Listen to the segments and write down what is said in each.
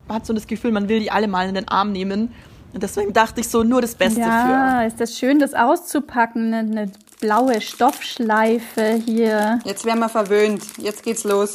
hat so das Gefühl, man will die alle mal in den Arm nehmen. Und deswegen dachte ich so, nur das Beste für. Ja, ist das schön, das auszupacken, eine blaue Stoffschleife hier. Jetzt werden wir verwöhnt. Jetzt geht's los.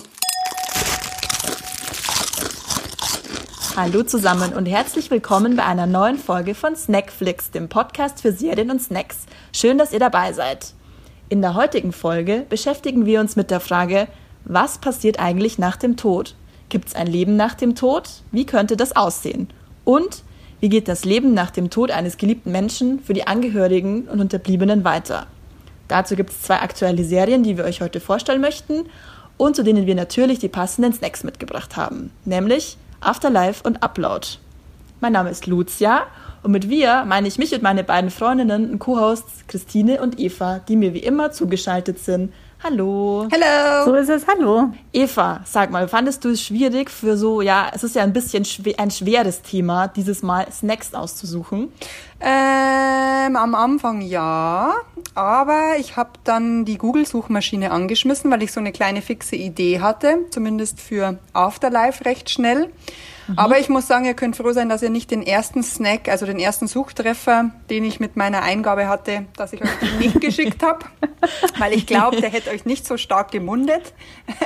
Hallo zusammen und herzlich willkommen bei einer neuen Folge von Snackflix, dem Podcast für Serien und Snacks. Schön, dass ihr dabei seid. In der heutigen Folge beschäftigen wir uns mit der Frage, was passiert eigentlich nach dem Tod? Gibt es ein Leben nach dem Tod? Wie könnte das aussehen? Und wie geht das Leben nach dem Tod eines geliebten Menschen für die Angehörigen und Hinterbliebenen weiter? Dazu gibt es 2 aktuelle Serien, die wir euch heute vorstellen möchten und zu denen wir natürlich die passenden Snacks mitgebracht haben, nämlich Afterlife und Upload. Mein Name ist Lucia und mit wir meine ich mich und meine beiden Freundinnen und Co-Hosts Christine und Eva, die mir wie immer zugeschaltet sind. Hallo. Hello. So ist es, hallo. Eva, sag mal, fandest du es schwierig für so, ja, es ist ja ein bisschen ein schweres Thema, dieses Mal Snacks auszusuchen? Am Anfang ja, aber ich habe dann die Google-Suchmaschine angeschmissen, weil ich so eine kleine fixe Idee hatte, zumindest für Afterlife recht schnell. Aber ich muss sagen, ihr könnt froh sein, dass ihr nicht den ersten Snack, also den ersten Suchtreffer, den ich mit meiner Eingabe hatte, dass ich euch den nicht geschickt habe, weil ich glaube, der hätte euch nicht so stark gemundet.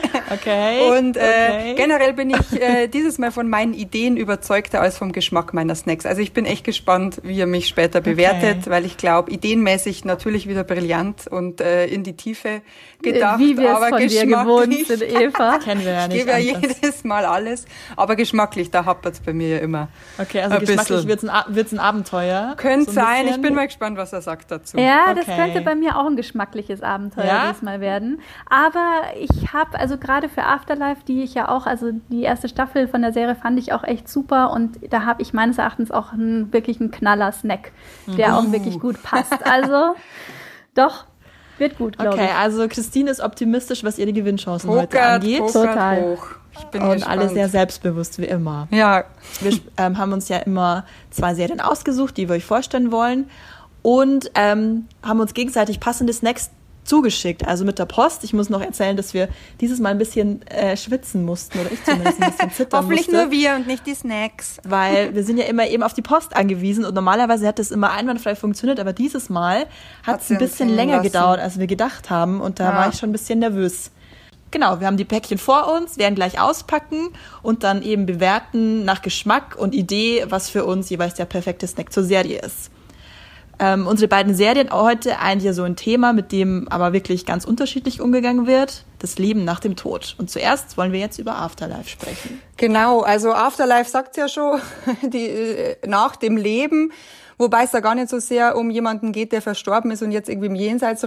Okay. Und generell bin ich dieses Mal von meinen Ideen überzeugter als vom Geschmack meiner Snacks. Also ich bin echt gespannt, wie ihr mich später bewertet, weil ich glaube, ideenmäßig natürlich wieder brillant und in die Tiefe gedacht. Wie wir es aber von dir gewohnt sind, Eva. Kennen wir ja nicht. Ich gebe ja jedes Mal alles, aber geschmacklich, da hapert es bei mir ja immer. Okay, also geschmacklich wird's ein Abenteuer. Könnte so sein, ich bin mal gespannt, was er sagt dazu. Ja, das könnte bei mir auch ein geschmackliches Abenteuer diesmal werden. Aber ich habe, also gerade für Afterlife, die ich ja auch, also die erste Staffel von der Serie fand ich auch echt super und da habe ich meines Erachtens auch wirklich einen Knaller-Snack, der auch wirklich gut passt. Also doch, wird gut, glaube ich. Okay, also Christine ist optimistisch, was ihre Gewinnchancen heute angeht. Total. Hoch. Ich bin und gespannt. alle sehr selbstbewusst, wie immer. Ja. Wir haben uns ja immer 2 Serien ausgesucht, die wir euch vorstellen wollen und haben uns gegenseitig passende Snacks zugeschickt, also mit der Post. Ich muss noch erzählen, dass wir dieses Mal ein bisschen schwitzen mussten, oder ich zumindest ein bisschen zittern Hoffentlich musste. nur wir und nicht die Snacks. Weil wir sind ja immer eben auf die Post angewiesen und normalerweise hat das immer einwandfrei funktioniert, aber dieses Mal hat es ein bisschen länger gedauert, als wir gedacht haben und da war ich schon ein bisschen nervös. Genau, wir haben die Päckchen vor uns, werden gleich auspacken und dann eben bewerten nach Geschmack und Idee, was für uns jeweils der perfekte Snack zur Serie ist. Unsere beiden Serien heute eint ja so ein Thema, mit dem aber wirklich ganz unterschiedlich umgegangen wird, das Leben nach dem Tod. Und zuerst wollen wir jetzt über Afterlife sprechen. Genau, also Afterlife sagt ja schon, nach dem Leben, wobei es da gar nicht so sehr um jemanden geht, der verstorben ist und jetzt irgendwie im Jenseits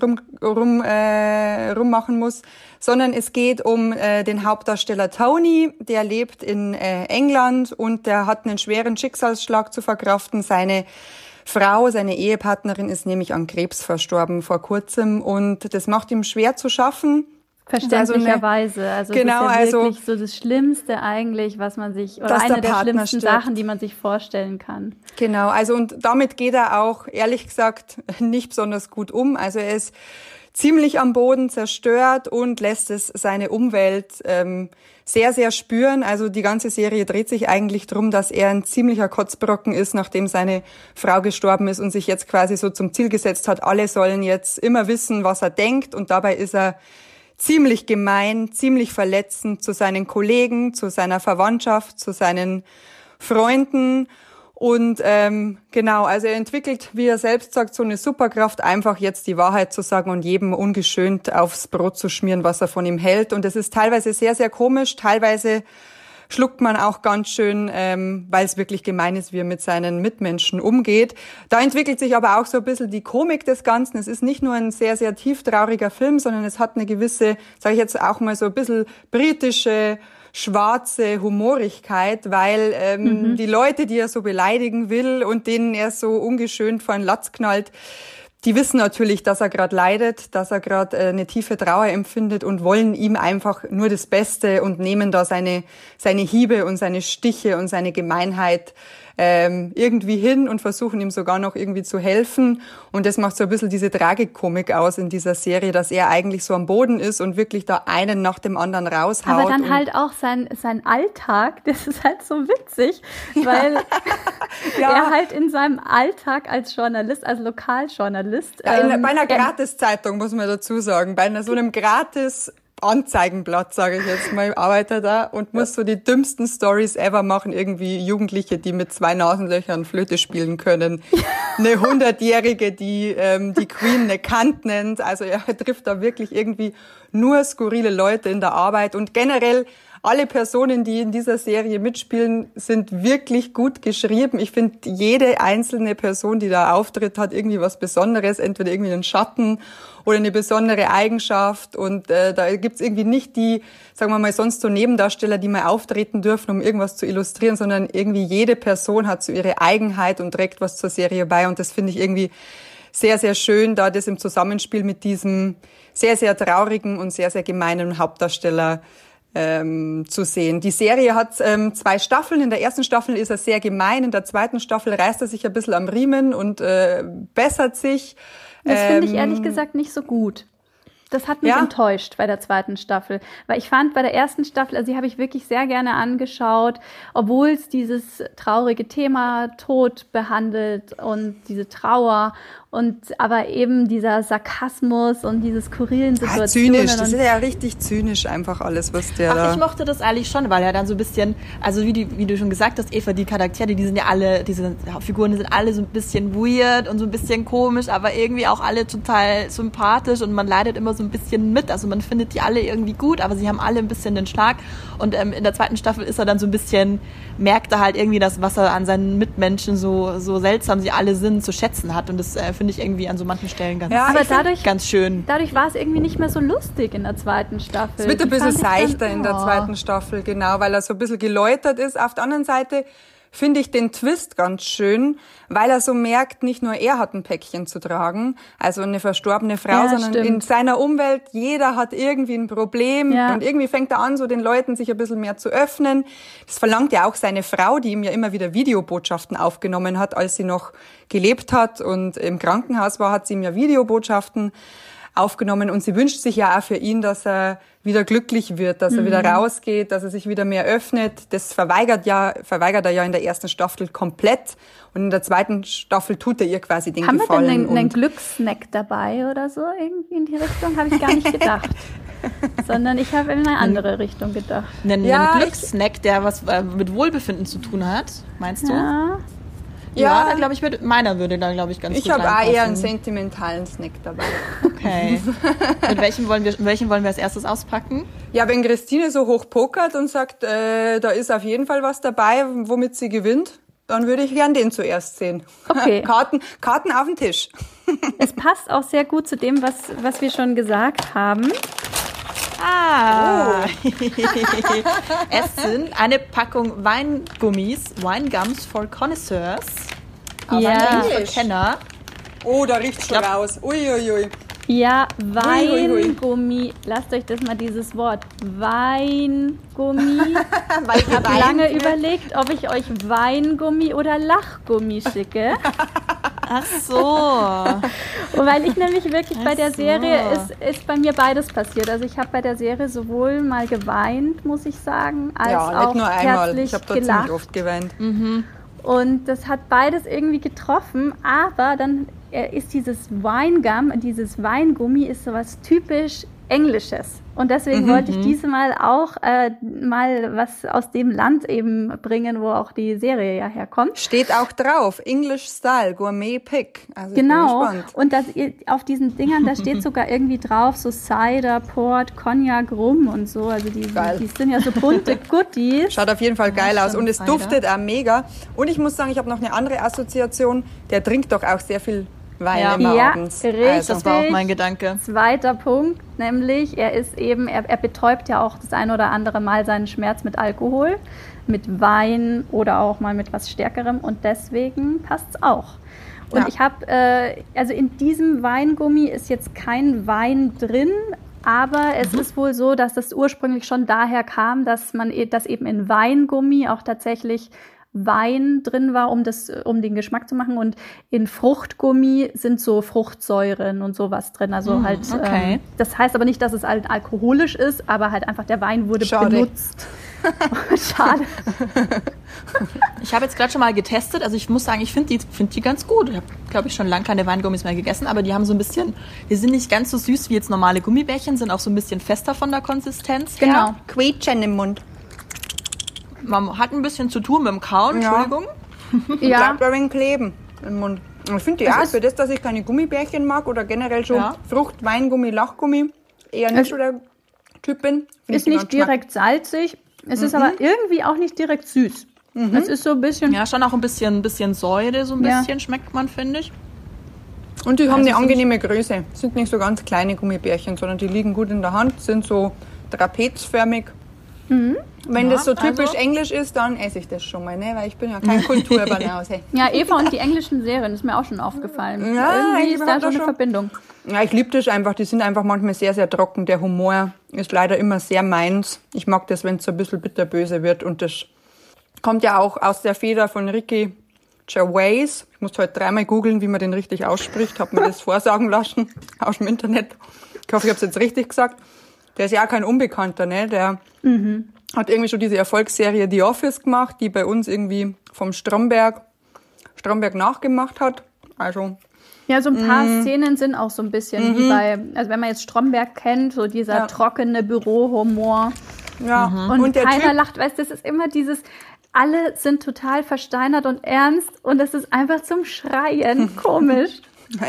rummachen muss, sondern es geht um den Hauptdarsteller Tony, der lebt in England und der hat einen schweren Schicksalsschlag zu verkraften. Seine Frau, seine Ehepartnerin, ist nämlich an Krebs verstorben vor kurzem und das macht ihm schwer zu schaffen. Verständlicherweise. Also genau, das ist ja wirklich so das Schlimmste eigentlich, was man sich, oder eine der schlimmsten Sachen, die man sich vorstellen kann. Genau, also und damit geht er auch, ehrlich gesagt, nicht besonders gut um. Also er ist ziemlich am Boden zerstört und lässt es seine Umwelt sehr, sehr spüren. Also die ganze Serie dreht sich eigentlich drum, dass er ein ziemlicher Kotzbrocken ist, nachdem seine Frau gestorben ist und sich jetzt quasi so zum Ziel gesetzt hat, alle sollen jetzt immer wissen, was er denkt. Und dabei ist er ziemlich gemein, ziemlich verletzend zu seinen Kollegen, zu seiner Verwandtschaft, zu seinen Freunden. Und genau, also er entwickelt, wie er selbst sagt, so eine Superkraft, einfach jetzt die Wahrheit zu sagen und jedem ungeschönt aufs Brot zu schmieren, was er von ihm hält. Und es ist teilweise sehr, sehr komisch, teilweise schluckt man auch ganz schön, weil es wirklich gemein ist, wie er mit seinen Mitmenschen umgeht. Da entwickelt sich aber auch so ein bisschen die Komik des Ganzen. Es ist nicht nur ein sehr, sehr tieftrauriger Film, sondern es hat eine gewisse, sage ich jetzt auch mal so ein bisschen britische, schwarze Humorigkeit, weil die Leute, die er so beleidigen will und denen er so ungeschönt vor den Latz knallt, die wissen natürlich, dass er gerade leidet, dass er gerade eine tiefe Trauer empfindet und wollen ihm einfach nur das Beste und nehmen da seine Hiebe und seine Stiche und seine Gemeinheit irgendwie hin und versuchen ihm sogar noch irgendwie zu helfen. Und das macht so ein bisschen diese Tragikkomik aus in dieser Serie, dass er eigentlich so am Boden ist und wirklich da einen nach dem anderen raushaut. Aber dann halt auch sein Alltag, das ist halt so witzig, weil er halt in seinem Alltag als Journalist, als Lokaljournalist. Ja, bei einer Gratiszeitung, muss man dazu sagen, bei so einem Gratis Anzeigenblatt, sage ich jetzt mal, arbeitet er da und muss so die dümmsten Stories ever machen. Irgendwie Jugendliche, die mit 2 Nasenlöchern Flöte spielen können. Eine 100-Jährige, die Queen eine Kant nennt. Also er trifft da wirklich irgendwie nur skurrile Leute in der Arbeit. Und generell alle Personen, die in dieser Serie mitspielen, sind wirklich gut geschrieben. Ich finde, jede einzelne Person, die da auftritt, hat irgendwie was Besonderes. Entweder irgendwie einen Schatten oder eine besondere Eigenschaft. Und da gibt's irgendwie nicht die, sagen wir mal, sonst so Nebendarsteller, die mal auftreten dürfen, um irgendwas zu illustrieren, sondern irgendwie jede Person hat so ihre Eigenheit und trägt was zur Serie bei. Und das finde ich irgendwie sehr, sehr schön, da das im Zusammenspiel mit diesem sehr, sehr traurigen und sehr, sehr gemeinen Hauptdarsteller zu sehen. Die Serie hat 2 Staffeln. In der ersten Staffel ist er sehr gemein, in der zweiten Staffel reißt er sich ein bisschen am Riemen und bessert sich. Das finde ich ehrlich gesagt nicht so gut. Das hat mich enttäuscht bei der zweiten Staffel. Weil ich fand bei der ersten Staffel, also die habe ich wirklich sehr gerne angeschaut, obwohl es dieses traurige Thema Tod behandelt und diese Trauer und aber eben dieser Sarkasmus und diese skurrilen Situationen. Zynisch, das ist ja richtig zynisch einfach alles, was der da... Ich mochte das eigentlich schon, weil er dann so ein bisschen, also wie du schon gesagt hast, Eva, die Charaktere, die sind ja alle, diese Hauptfiguren, die sind alle so ein bisschen weird und so ein bisschen komisch, aber irgendwie auch alle total sympathisch und man leidet immer so ein bisschen mit, also man findet die alle irgendwie gut, aber sie haben alle ein bisschen den Schlag und in der zweiten Staffel ist er dann so ein bisschen, merkt er halt irgendwie das, was er an seinen Mitmenschen so seltsam sie alle sind, zu schätzen hat und das finde ich irgendwie an so manchen Stellen ganz schön. Dadurch war es irgendwie nicht mehr so lustig in der zweiten Staffel. Es wird ein bisschen seichter in der zweiten Staffel, genau, weil er so ein bisschen geläutert ist. Auf der anderen Seite finde ich den Twist ganz schön, weil er so merkt, nicht nur er hat ein Päckchen zu tragen, also eine verstorbene Frau, sondern in seiner Umwelt, jeder hat irgendwie ein Problem und irgendwie fängt er an, so den Leuten sich ein bisschen mehr zu öffnen. Das verlangt ja auch seine Frau, die ihm ja immer wieder Videobotschaften aufgenommen hat, als sie noch gelebt hat und im Krankenhaus war, hat sie ihm ja Videobotschaften aufgenommen und sie wünscht sich ja auch für ihn, dass er wieder glücklich wird, dass er wieder rausgeht, dass er sich wieder mehr öffnet. Das verweigert er ja in der ersten Staffel komplett und in der zweiten Staffel tut er ihr quasi den Gefallen. Haben wir denn einen Glückssnack dabei oder so? Irgendwie in die Richtung habe ich gar nicht gedacht. Sondern ich habe in eine andere Richtung gedacht. Einen Glückssnack, der was mit Wohlbefinden zu tun hat, meinst du? Ja, da glaube ich, meiner würde da, glaube ich, ganz gut reinpassen. Ich habe auch eher einen sentimentalen Snack dabei. Okay. Mit welchem wollen wir als erstes auspacken? Ja, wenn Christine so hoch pokert und sagt, da ist auf jeden Fall was dabei, womit sie gewinnt, dann würde ich gern den zuerst sehen. Okay. Karten auf den Tisch. Es passt auch sehr gut zu dem, was wir schon gesagt haben. Es sind eine Packung Weingummis, Winegums for Connoisseurs. Für Kenner. Oh, da riecht's schon raus. Uiuiui. Ja, Weingummi. Lasst euch das mal, dieses Wort. Weingummi. Ich habe lange überlegt, ob ich euch Weingummi oder Lachgummi schicke. Ach so. Und weil ich nämlich wirklich bei der Serie, ist bei mir beides passiert. Also ich habe bei der Serie sowohl mal geweint, muss ich sagen, als auch nicht nur einmal. herzlich Ich habe da gelacht. ziemlich oft geweint. Und das hat beides irgendwie getroffen, aber dann ist dieses Winegum, dieses Weingummi ist sowas typisch Englisches. Und deswegen wollte ich diesmal auch mal was aus dem Land eben bringen, wo auch die Serie ja herkommt. Steht auch drauf, English Style, Gourmet Pick. Also genau, und das, auf diesen Dingern, da steht sogar irgendwie drauf, so Cider, Port, Cognac, Rum und so. Also die sind ja so bunte Goodies. Schaut auf jeden Fall geil aus und es duftet auch mega. Und ich muss sagen, ich habe noch eine andere Assoziation, der trinkt doch auch sehr viel Wein abends. Ja, richtig. Also, das war auch mein Gedanke. Zweiter Punkt, nämlich er betäubt ja auch das ein oder andere Mal seinen Schmerz mit Alkohol, mit Wein oder auch mal mit was Stärkerem und deswegen passt's auch. Und ich habe, also in diesem Weingummi ist jetzt kein Wein drin, aber es ist wohl so, dass das ursprünglich schon daher kam, dass eben in Weingummi auch tatsächlich Wein drin war, um den Geschmack zu machen. Und in Fruchtgummi sind so Fruchtsäuren und sowas drin. Also das heißt aber nicht, dass es halt alkoholisch ist, aber halt einfach der Wein wurde benutzt. Schade. Ich habe jetzt gerade schon mal getestet. Also ich muss sagen, ich finde die ganz gut. Ich habe, glaube ich, schon lange keine Weingummis mehr gegessen, aber die haben so ein bisschen, die sind nicht ganz so süß wie jetzt normale Gummibärchen, sind auch so ein bisschen fester von der Konsistenz. Genau. Quietschen im Mund. Man hat ein bisschen zu tun mit dem Kauen, Entschuldigung. Ja. Bleibt ein wenig kleben im Mund. Ich finde die auch, für das, dass ich keine Gummibärchen mag oder generell schon Frucht, Weingummi, Lachgummi, eher nicht so der Typ bin. Ist nicht direkt salzig, es ist aber irgendwie auch nicht direkt süß. Es ist so ein bisschen... Ja, schon auch ein bisschen Säure, so ein bisschen schmeckt man, finde ich. Und die haben eine angenehme Größe. Sind nicht so ganz kleine Gummibärchen, sondern die liegen gut in der Hand, sind so trapezförmig. Wenn das so typisch englisch ist, dann esse ich das schon mal, ne? Weil ich bin ja kein Kulturbanause. Ja, Eva und die englischen Serien ist mir auch schon aufgefallen. Ja, irgendwie ist da schon eine Verbindung. Ja, ich liebe das einfach. Die sind einfach manchmal sehr, sehr trocken. Der Humor ist leider immer sehr meins. Ich mag das, wenn es so ein bisschen bitterböse wird. Und das kommt ja auch aus der Feder von Ricky Gervais. Ich muss heute 3-mal googeln, wie man den richtig ausspricht. Hab mir das vorsagen lassen aus dem Internet. Ich hoffe, ich habe es jetzt richtig gesagt. Der ist ja auch kein Unbekannter, ne? Der hat irgendwie schon diese Erfolgsserie The Office gemacht, die bei uns irgendwie vom Stromberg nachgemacht hat. Also ja, so ein paar Szenen sind auch so ein bisschen wie bei, also wenn man jetzt Stromberg kennt, so dieser trockene Bürohumor. Ja. Und keiner lacht, weißt du, das ist immer dieses, alle sind total versteinert und ernst und das ist einfach zum Schreien komisch.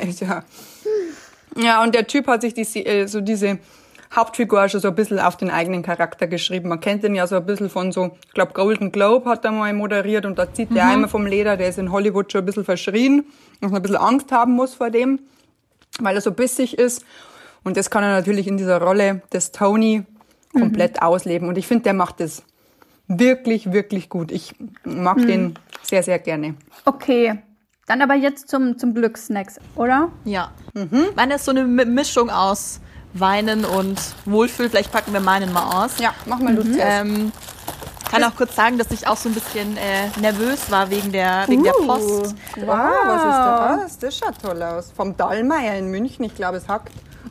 Ja, und der Typ hat sich diese Hauptfigur schon so ein bisschen auf den eigenen Charakter geschrieben. Man kennt den ja so ein bisschen von so, ich glaube Golden Globe hat er mal moderiert und da zieht der einmal vom Leder, der ist in Hollywood schon ein bisschen verschrien, dass man ein bisschen Angst haben muss vor dem, weil er so bissig ist. Und das kann er natürlich in dieser Rolle des Tony komplett ausleben. Und ich finde, der macht das wirklich, wirklich gut. Ich mag den sehr, sehr gerne. Okay. Dann aber jetzt zum Glückssnacks, oder? Ja. Meine ist so eine Mischung aus Weinen und Wohlfühl. Vielleicht packen wir meinen mal aus. Ja, mach mal Lust. Kann auch kurz sagen, dass ich auch so ein bisschen nervös war wegen der Post. Wow, was ist das? Das schaut toll aus. Vom Dallmayr in München, ich glaube, es hackt.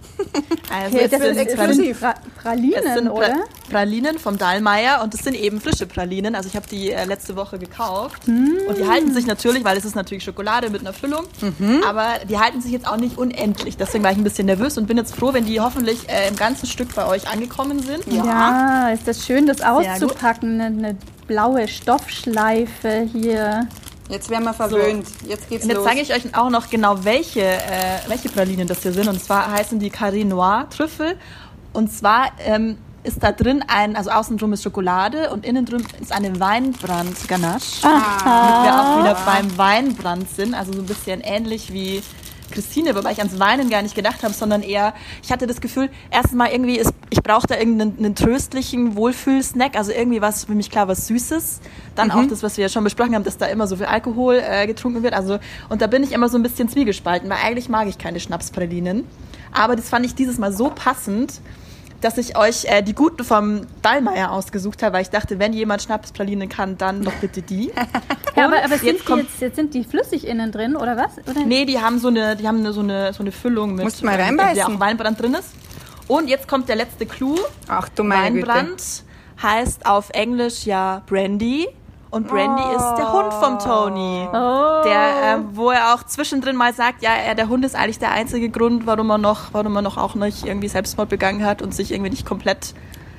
Also okay, das ist exklusiv. Pralinen, oder? Pralinen vom Dallmayr und das sind eben frische Pralinen. Also ich habe die letzte Woche gekauft und die halten sich natürlich, weil es ist natürlich Schokolade mit einer Füllung, aber die halten sich jetzt auch nicht unendlich. Deswegen war ich ein bisschen nervös und bin jetzt froh, wenn die hoffentlich im ganzen Stück bei euch angekommen sind. Ja, ist das schön, das auszupacken. Eine blaue Stoffschleife hier. Jetzt werden wir verwöhnt. So. Jetzt geht's los. Jetzt zeige ich euch auch noch genau, welche Pralinen das hier sind. Und zwar heißen die Carré Noir Trüffel. Und zwar ist da drin also außen drum ist Schokolade und innen drin ist eine Weinbrand-Ganache. Damit wir auch wieder beim Weinbrand sind. Also so ein bisschen ähnlich wie Christine, wobei ich ans Weinen gar nicht gedacht habe, sondern eher, ich hatte das Gefühl, erstmal irgendwie ich brauche da irgendeinen tröstlichen Wohlfühlsnack, also irgendwie was, für mich klar, was Süßes. Dann auch das, was wir ja schon besprochen haben, dass da immer so viel Alkohol getrunken wird. Also, und da bin ich immer so ein bisschen zwiegespalten, weil eigentlich mag ich keine Schnapspralinen. Aber das fand ich dieses Mal so passend, dass ich euch die guten vom Dallmayr ausgesucht habe, weil ich dachte, wenn jemand Schnapspralinen kann, dann doch bitte die. Ja, aber jetzt sind die flüssig innen drin, oder was? Oder? Nee, die haben so eine Füllung mit, musst mal reinbeißen, der auch Weinbrand drin ist. Und jetzt kommt der letzte Clou. Ach du meine Weinbrand Güte. heißt auf Englisch ja Brandy. Und Brandy ist der Hund vom Tony. Der, wo er auch zwischendrin mal sagt, ja, der Hund ist eigentlich der einzige Grund, warum er noch auch nicht irgendwie Selbstmord begangen hat und sich irgendwie nicht komplett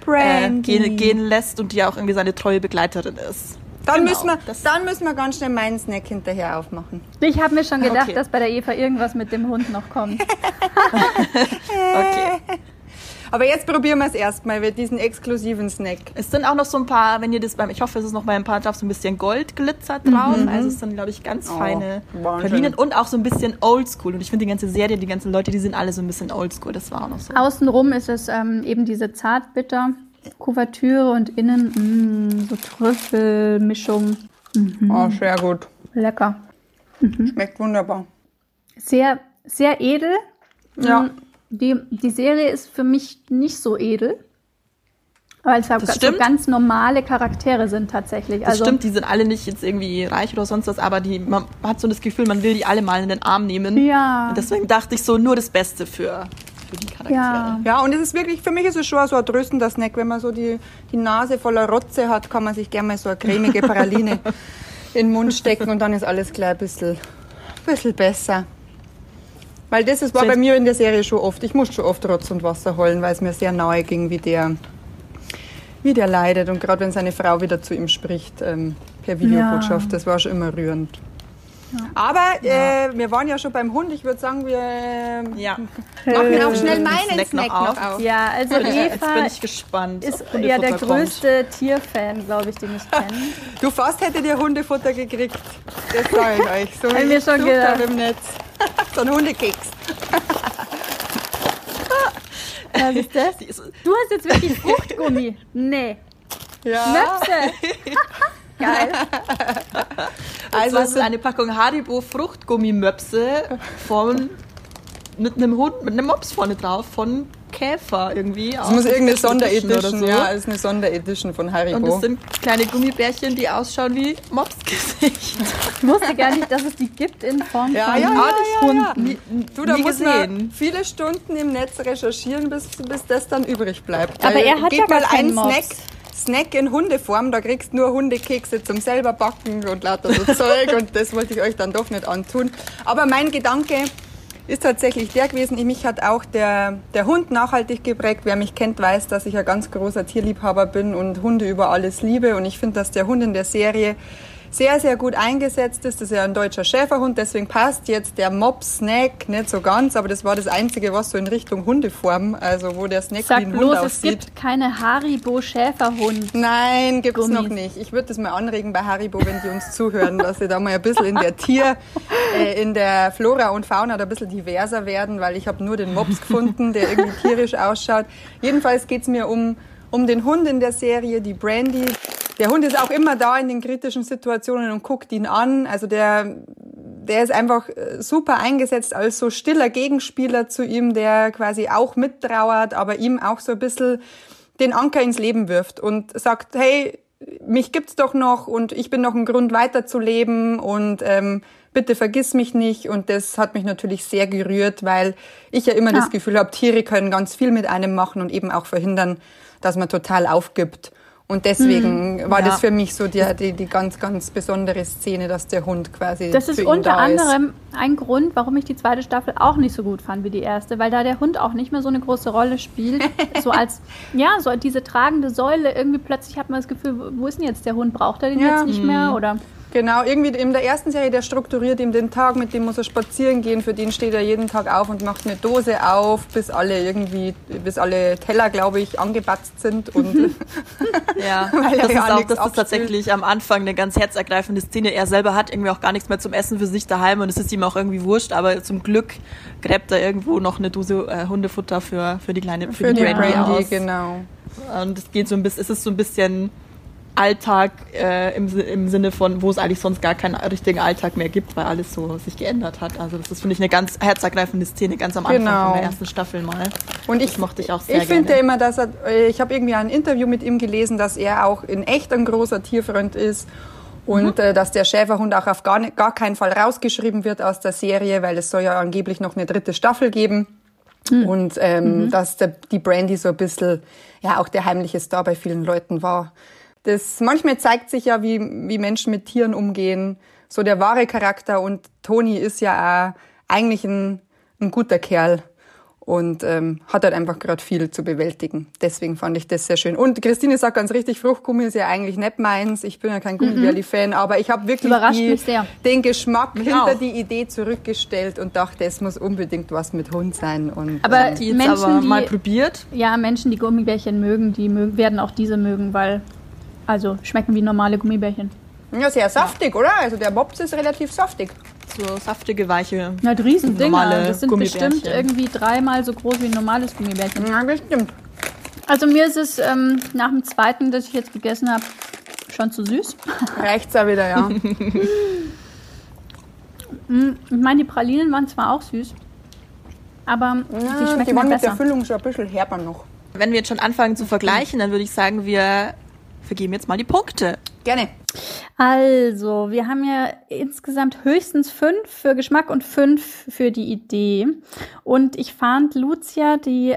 gehen lässt und die ja auch irgendwie seine treue Begleiterin ist. Dann müssen wir ganz schnell meinen Snack hinterher aufmachen. Ich habe mir schon gedacht, dass bei der Eva irgendwas mit dem Hund noch kommt. Okay. Aber jetzt probieren wir es erstmal mit diesen exklusiven Snack. Es sind auch noch so ein paar, wenn ihr das ich hoffe, es ist noch bei ein paar drauf, so ein bisschen Goldglitzer drauf. Also es sind, glaube ich, ganz feine Pralinen und auch so ein bisschen oldschool. Und ich finde die ganze Serie, die ganzen Leute, die sind alle so ein bisschen oldschool. Das war auch noch so. Außenrum ist es eben diese Zartbitter-Kuvertüre und innen so Trüffelmischung. Oh, sehr gut. Lecker. Schmeckt wunderbar. Sehr, sehr edel. Ja. Die Serie ist für mich nicht so edel. Weil es halt so ganz normale Charaktere sind tatsächlich. Das stimmt, die sind alle nicht jetzt irgendwie reich oder sonst was, aber man hat so das Gefühl, man will die alle mal in den Arm nehmen. Ja. Und deswegen dachte ich so, nur das Beste für die Charaktere. Ja, und es ist wirklich, für mich ist es schon so ein tröstender Snack. Wenn man so die Nase voller Rotze hat, kann man sich gerne mal so eine cremige Praline in den Mund stecken und dann ist alles gleich ein bisschen besser. Weil das war bei mir in der Serie schon oft. Ich musste schon oft Rotz und Wasser holen, weil es mir sehr nahe ging, wie der leidet. Und gerade wenn seine Frau wieder zu ihm spricht, per Videobotschaft, das war schon immer rührend. Ja. Aber wir waren ja schon beim Hund. Ich würde sagen, wir machen auch schnell meinen Snack noch auf. Ja, also Eva jetzt bin ich gespannt. Ist ja der größte Tierfan, glaube ich, den ich kenne. Du fast hättet ihr Hundefutter gekriegt. Das sage ich euch. So wie mir schon gedacht im Netz. So ein Hundekeks. Was ist das? Du hast jetzt wirklich Fruchtgummi. Nee. Ja. Möpse. Geil. Also es ist eine Packung Haribo Fruchtgummimöpse mit einem Hund, mit einem Mops vorne drauf von Käfer irgendwie. Das muss irgendeine Sonderedition, so. Ja, das ist eine Sonderedition von Haribo. Und das sind kleine Gummibärchen, die ausschauen wie Mopsgesicht. Ich wusste gar nicht, dass es die gibt in Form von Hunden. Du, da muss man viele Stunden im Netz recherchieren, bis das dann übrig bleibt. Aber er hat ja gar keinen Mops. Snack in Hundeform, da kriegst du nur Hundekekse zum selber backen und lauter so Zeug und das wollte ich euch dann doch nicht antun. Aber mein Gedanke ist tatsächlich der gewesen, mich hat auch der Hund nachhaltig geprägt. Wer mich kennt, weiß, dass ich ein ganz großer Tierliebhaber bin und Hunde über alles liebe. Und ich finde, dass der Hund in der Serie sehr, sehr gut eingesetzt ist. Das ist ja ein deutscher Schäferhund, deswegen passt jetzt der Mops-Snack nicht so ganz, aber das war das Einzige, was so in Richtung Hundeform, also wo der Snack wie ein Hund aussieht. Es gibt keine Haribo-Schäferhund. Nein, gibt's noch nicht. Ich würde das mal anregen bei Haribo, wenn die uns zuhören, dass sie da mal ein bisschen in der Flora und Fauna da ein bisschen diverser werden, weil ich habe nur den Mops gefunden, der irgendwie tierisch ausschaut. Jedenfalls geht's mir um den Hund in der Serie, die Brandy. Der Hund ist auch immer da in den kritischen Situationen und guckt ihn an. Also der ist einfach super eingesetzt als so stiller Gegenspieler zu ihm, der quasi auch mittrauert, aber ihm auch so ein bisschen den Anker ins Leben wirft und sagt, hey, mich gibt's doch noch und ich bin noch ein Grund weiterzuleben und bitte vergiss mich nicht. Und das hat mich natürlich sehr gerührt, weil ich ja immer das Gefühl habe, Tiere können ganz viel mit einem machen und eben auch verhindern, dass man total aufgibt. Und deswegen war das für mich so die ganz, ganz besondere Szene, dass der Hund quasi das ist unter anderem ein Grund, warum ich die zweite Staffel auch nicht so gut fand wie die erste, weil da der Hund auch nicht mehr so eine große Rolle spielt. So als, so diese tragende Säule. Irgendwie plötzlich hat man das Gefühl, wo ist denn jetzt der Hund? Braucht er den jetzt nicht mehr? Oder? Genau, irgendwie in der ersten Serie, der strukturiert ihm den Tag, mit dem muss er spazieren gehen, für den steht er jeden Tag auf und macht eine Dose auf, bis alle Teller, glaube ich, angebatzt sind. Und das ist tatsächlich am Anfang eine ganz herzergreifende Szene. Er selber hat irgendwie auch gar nichts mehr zum Essen für sich daheim und es ist ihm auch irgendwie wurscht, aber zum Glück gräbt er irgendwo noch eine Dose Hundefutter für die Brandy aus. Genau. Und es geht es ist so ein bisschen Alltag im Sinne von, wo es eigentlich sonst gar keinen richtigen Alltag mehr gibt, weil alles so sich geändert hat. Also das ist, finde ich, eine ganz herzergreifende Szene, ganz am Anfang von der ersten Staffel mal. Und das mochte ich auch sehr gerne. Ich finde ja immer, ich habe irgendwie ein Interview mit ihm gelesen, dass er auch in echt ein großer Tierfreund ist und dass der Schäferhund auch auf gar keinen Fall rausgeschrieben wird aus der Serie, weil es soll ja angeblich noch eine 3. Staffel geben. Und dass die Brandy so ein bisschen auch der heimliche Star bei vielen Leuten war. Manchmal zeigt sich ja, wie Menschen mit Tieren umgehen, so der wahre Charakter. Und Toni ist ja auch eigentlich ein guter Kerl und hat halt einfach gerade viel zu bewältigen. Deswegen fand ich das sehr schön. Und Christine sagt ganz richtig, Fruchtgummi ist ja eigentlich nicht meins. Ich bin ja kein Gummibärli-Fan, aber ich habe wirklich den Geschmack hinter die Idee zurückgestellt und dachte, es muss unbedingt was mit Hund sein. Und, aber die Menschen, die mal probiert? Ja, Menschen, die Gummibärchen mögen, werden auch diese mögen, weil schmecken wie normale Gummibärchen. Ja, sehr saftig, oder? Also der Mops ist relativ saftig. So saftige, weiche, Riesendinger. Das sind bestimmt irgendwie 3-mal so groß wie ein normales Gummibärchen. Ja, bestimmt. Also mir ist es nach dem zweiten, das ich jetzt gegessen habe, schon zu süß. Reicht's ja wieder, ja. Ich meine, die Pralinen waren zwar auch süß, aber die schmecken die waren mir mit der besser. Füllung schon ein bisschen herber noch. Wenn wir jetzt schon anfangen zu vergleichen, dann würde ich sagen, wir vergeben jetzt mal die Punkte. Gerne. Also, wir haben ja insgesamt höchstens 5 für Geschmack und 5 für die Idee. Und ich fand, Lucia, die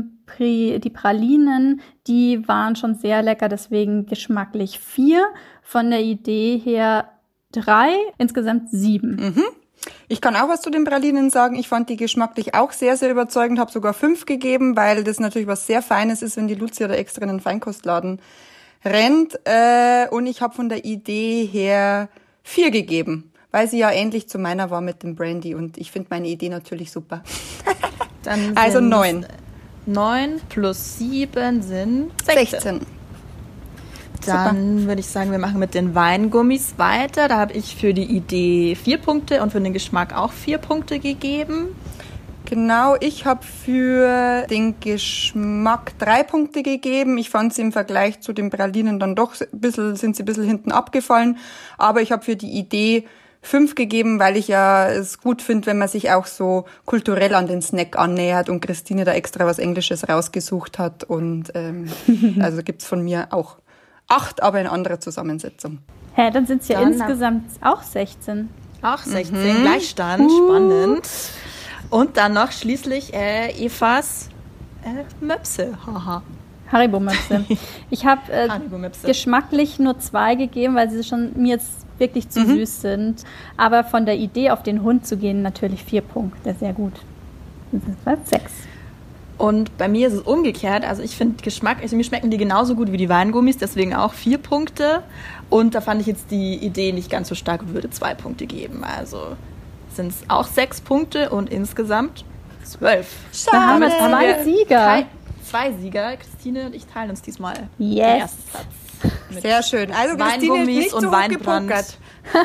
Pralinen, die waren schon sehr lecker, deswegen geschmacklich 4. Von der Idee her 3, insgesamt 7. Ich kann auch was zu den Pralinen sagen. Ich fand die geschmacklich auch sehr, sehr überzeugend, habe sogar 5 gegeben, weil das natürlich was sehr Feines ist, wenn die Lucia da extra in den Feinkostladen rennt. Und ich habe von der Idee her 4 gegeben, weil sie ja ähnlich zu meiner war mit dem Brandy. Und ich finde meine Idee natürlich super. Dann Also 9. 9 plus 7 sind 16. Dann würde ich sagen, wir machen mit den Weingummis weiter. Da habe ich für die Idee 4 Punkte und für den Geschmack auch 4 Punkte gegeben. Genau, ich habe für den Geschmack 3 Punkte gegeben. Ich fand sie im Vergleich zu den Pralinen dann doch sind sie ein bisschen hinten abgefallen. Aber ich habe für die Idee 5 gegeben, weil ich ja es gut finde, wenn man sich auch so kulturell an den Snack annähert und Christine da extra was Englisches rausgesucht hat. Und also gibt's von mir auch 8, aber in anderer Zusammensetzung. Hä, dann sind es ja insgesamt auch 16. Auch 16, Gleichstand, spannend. Und dann noch schließlich Evas Möpse. Haha. Haribo-Möpse. Ich habe geschmacklich nur 2 gegeben, weil sie schon mir jetzt wirklich zu süß sind. Aber von der Idee, auf den Hund zu gehen, natürlich 4 Punkte. Sehr gut. Das ist 6. Und bei mir ist es umgekehrt. Also ich finde mir schmecken die genauso gut wie die Weingummis, deswegen auch 4 Punkte. Und da fand ich jetzt die Idee nicht ganz so stark und würde 2 Punkte geben. Also sind es auch 6 Punkte und insgesamt 12. Da haben wir 2 Sieger. 2 Sieger. Christine und ich teilen uns diesmal den Yes. ersten Platz. Sehr schön. Also Christine ist nicht so hoch gepokert.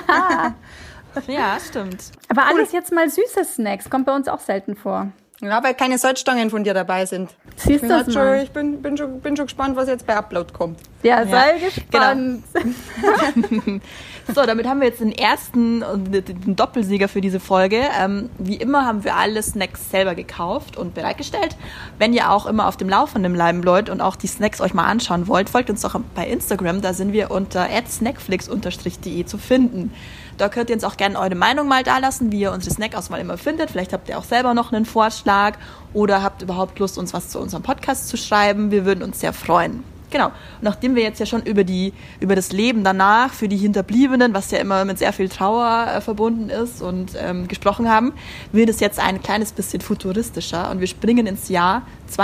Ja, stimmt. Aber alles jetzt mal süße Snacks. Kommt bei uns auch selten vor. Ja, weil keine Salzstangen von dir dabei sind. Siehst du das mal? Ich bin schon gespannt, was jetzt bei Upload kommt. Ja, sei gespannt. Genau. So, damit haben wir jetzt den ersten und den Doppelsieger für diese Folge. Wie immer haben wir alle Snacks selber gekauft und bereitgestellt. Wenn ihr auch immer auf dem Laufenden bleiben wollt und auch die Snacks euch mal anschauen wollt, folgt uns doch bei Instagram. Da sind wir unter @snackflix_de zu finden. Da könnt ihr uns auch gerne eure Meinung mal dalassen, wie ihr unsere Snackauswahl immer findet. Vielleicht habt ihr auch selber noch einen Vorschlag oder habt überhaupt Lust, uns was zu unserem Podcast zu schreiben. Wir würden uns sehr freuen. Genau. Und nachdem wir jetzt ja schon über das Leben danach für die Hinterbliebenen, was ja immer mit sehr viel Trauer verbunden ist und gesprochen haben, wird es jetzt ein kleines bisschen futuristischer und wir springen ins Jahr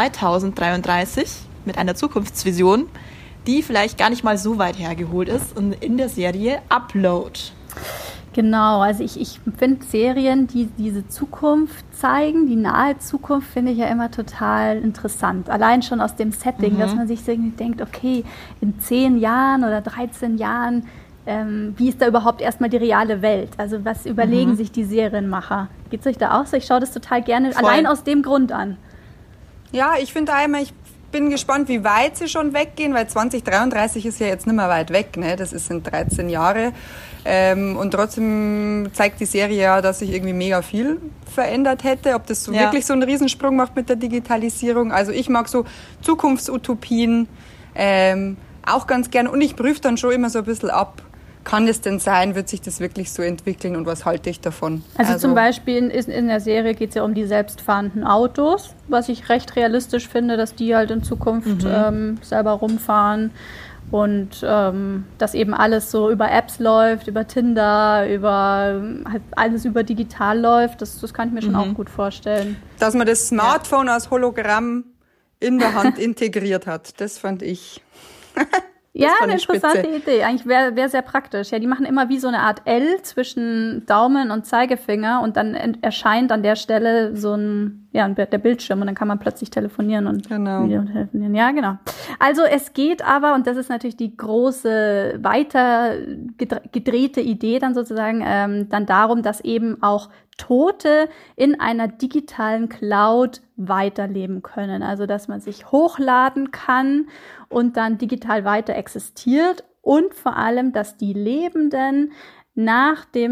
2033 mit einer Zukunftsvision, die vielleicht gar nicht mal so weit hergeholt ist und in der Serie Upload. Genau, also ich finde Serien, die diese Zukunft zeigen, die nahe Zukunft, finde ich ja immer total interessant. Allein schon aus dem Setting, dass man sich irgendwie denkt, okay, in 10 Jahren oder 13 Jahren, wie ist da überhaupt erstmal die reale Welt? Also was überlegen sich die Serienmacher? Geht es euch da auch so? Ich schaue das total gerne, Voll. allein aus dem Grund an. Ja, ich finde einmal, ich bin gespannt, wie weit sie schon weggehen, weil 2033 ist ja jetzt nicht mehr weit weg, ne? Das sind 13 Jahre. Und trotzdem zeigt die Serie ja, dass sich irgendwie mega viel verändert hätte. Ob das so wirklich so einen Riesensprung macht mit der Digitalisierung. Also ich mag so Zukunftsutopien auch ganz gern. Und ich prüfe dann schon immer so ein bisschen ab, kann es denn sein, wird sich das wirklich so entwickeln und was halte ich davon? Also zum Beispiel in der Serie geht es ja um die selbstfahrenden Autos, was ich recht realistisch finde, dass die halt in Zukunft selber rumfahren. Und dass eben alles so über Apps läuft, über Tinder, halt alles über digital läuft, das kann ich mir schon auch gut vorstellen. Dass man das Smartphone als Hologramm in der Hand integriert hat, das fand ich. Ja, eine interessante Idee. Eigentlich wäre sehr praktisch. Ja, die machen immer wie so eine Art L zwischen Daumen und Zeigefinger und dann erscheint an der Stelle so der Bildschirm und dann kann man plötzlich telefonieren und Video telefonieren. Ja, genau. Also es geht aber, und das ist natürlich die große, weiter gedrehte Idee dann sozusagen, dann darum, dass eben auch Tote in einer digitalen Cloud weiterleben können. Also, dass man sich hochladen kann und dann digital weiter existiert und vor allem, dass die Lebenden nach dem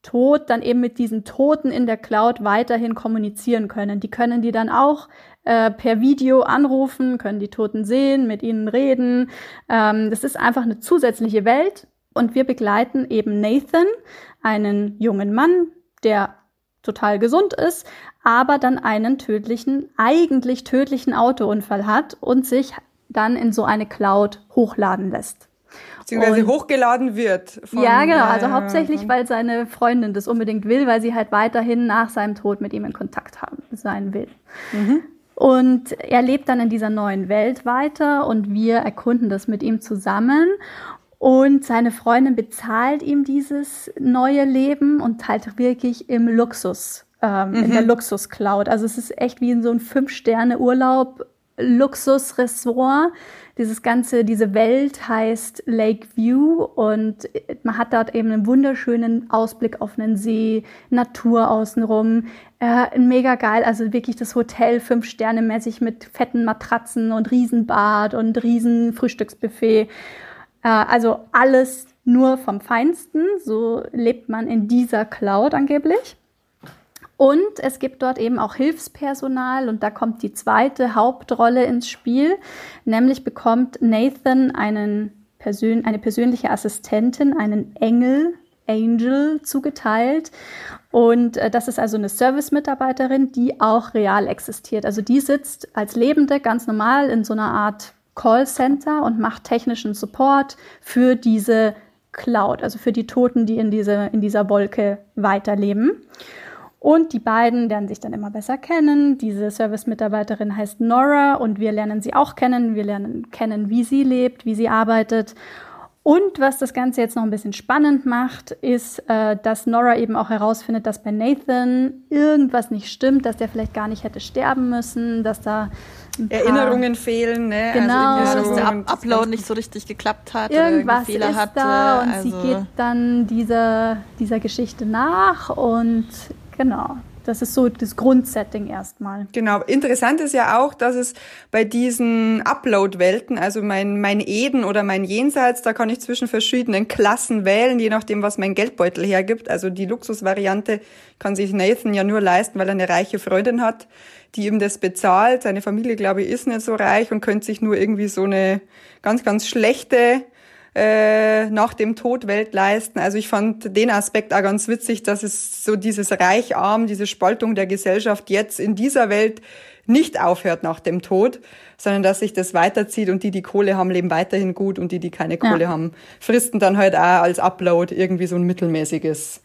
Tod dann eben mit diesen Toten in der Cloud weiterhin kommunizieren können. Die können die dann auch per Video anrufen, können die Toten sehen, mit ihnen reden. Das ist einfach eine zusätzliche Welt. Und wir begleiten eben Nathan, einen jungen Mann, der total gesund ist, aber dann einen eigentlich tödlichen Autounfall hat und sich dann in so eine Cloud hochladen lässt. Beziehungsweise hochgeladen wird. Ja, genau. Also hauptsächlich, weil seine Freundin das unbedingt will, weil sie halt weiterhin nach seinem Tod mit ihm in Kontakt sein will. Mhm. Und er lebt dann in dieser neuen Welt weiter und wir erkunden das mit ihm zusammen. Und seine Freundin bezahlt ihm dieses neue Leben und halt wirklich im Luxus, in der Luxus-Cloud. Also es ist echt wie in so ein 5-Sterne-Urlaub, Luxus-Ressort. Diese Welt heißt Lakeview und man hat dort eben einen wunderschönen Ausblick auf einen See, Natur außenrum, mega geil, also wirklich das Hotel 5-Sterne-mäßig mit fetten Matratzen und Riesenbad und riesen Frühstücksbuffet. Also alles nur vom Feinsten, so lebt man in dieser Cloud angeblich. Und es gibt dort eben auch Hilfspersonal und da kommt die zweite Hauptrolle ins Spiel, nämlich bekommt Nathan eine persönliche Assistentin, einen Angel zugeteilt und das ist also eine Service-Mitarbeiterin, die auch real existiert. Also die sitzt als Lebende ganz normal in so einer Art Callcenter und macht technischen Support für diese Cloud, also für die Toten, die in dieser Wolke weiterleben. Und die beiden lernen sich dann immer besser kennen. Diese Service-Mitarbeiterin heißt Nora und wir lernen sie auch kennen. Wir lernen kennen, wie sie lebt, wie sie arbeitet. Und was das Ganze jetzt noch ein bisschen spannend macht, ist, dass Nora eben auch herausfindet, dass bei Nathan irgendwas nicht stimmt, dass der vielleicht gar nicht hätte sterben müssen, dass da Erinnerungen fehlen, ne? Genau, also dass der Upload nicht so richtig geklappt hat irgendwas oder Fehler ist hatte. Da und sie geht dann dieser Geschichte nach und genau. Das ist so das Grundsetting erstmal. Genau. Interessant ist ja auch, dass es bei diesen Upload-Welten, also mein Eden oder mein Jenseits, da kann ich zwischen verschiedenen Klassen wählen, je nachdem, was mein Geldbeutel hergibt. Also die Luxusvariante kann sich Nathan ja nur leisten, weil er eine reiche Freundin hat, die ihm das bezahlt. Seine Familie, glaube ich, ist nicht so reich und könnte sich nur irgendwie so eine ganz, ganz schlechte nach dem Tod Welt leisten. Also ich fand den Aspekt auch ganz witzig, dass es so dieses Reich-Arm, diese Spaltung der Gesellschaft jetzt in dieser Welt nicht aufhört nach dem Tod, sondern dass sich das weiterzieht und die Kohle haben, leben weiterhin gut und die keine Kohle haben, fristen dann halt auch als Upload irgendwie so ein mittelmäßiges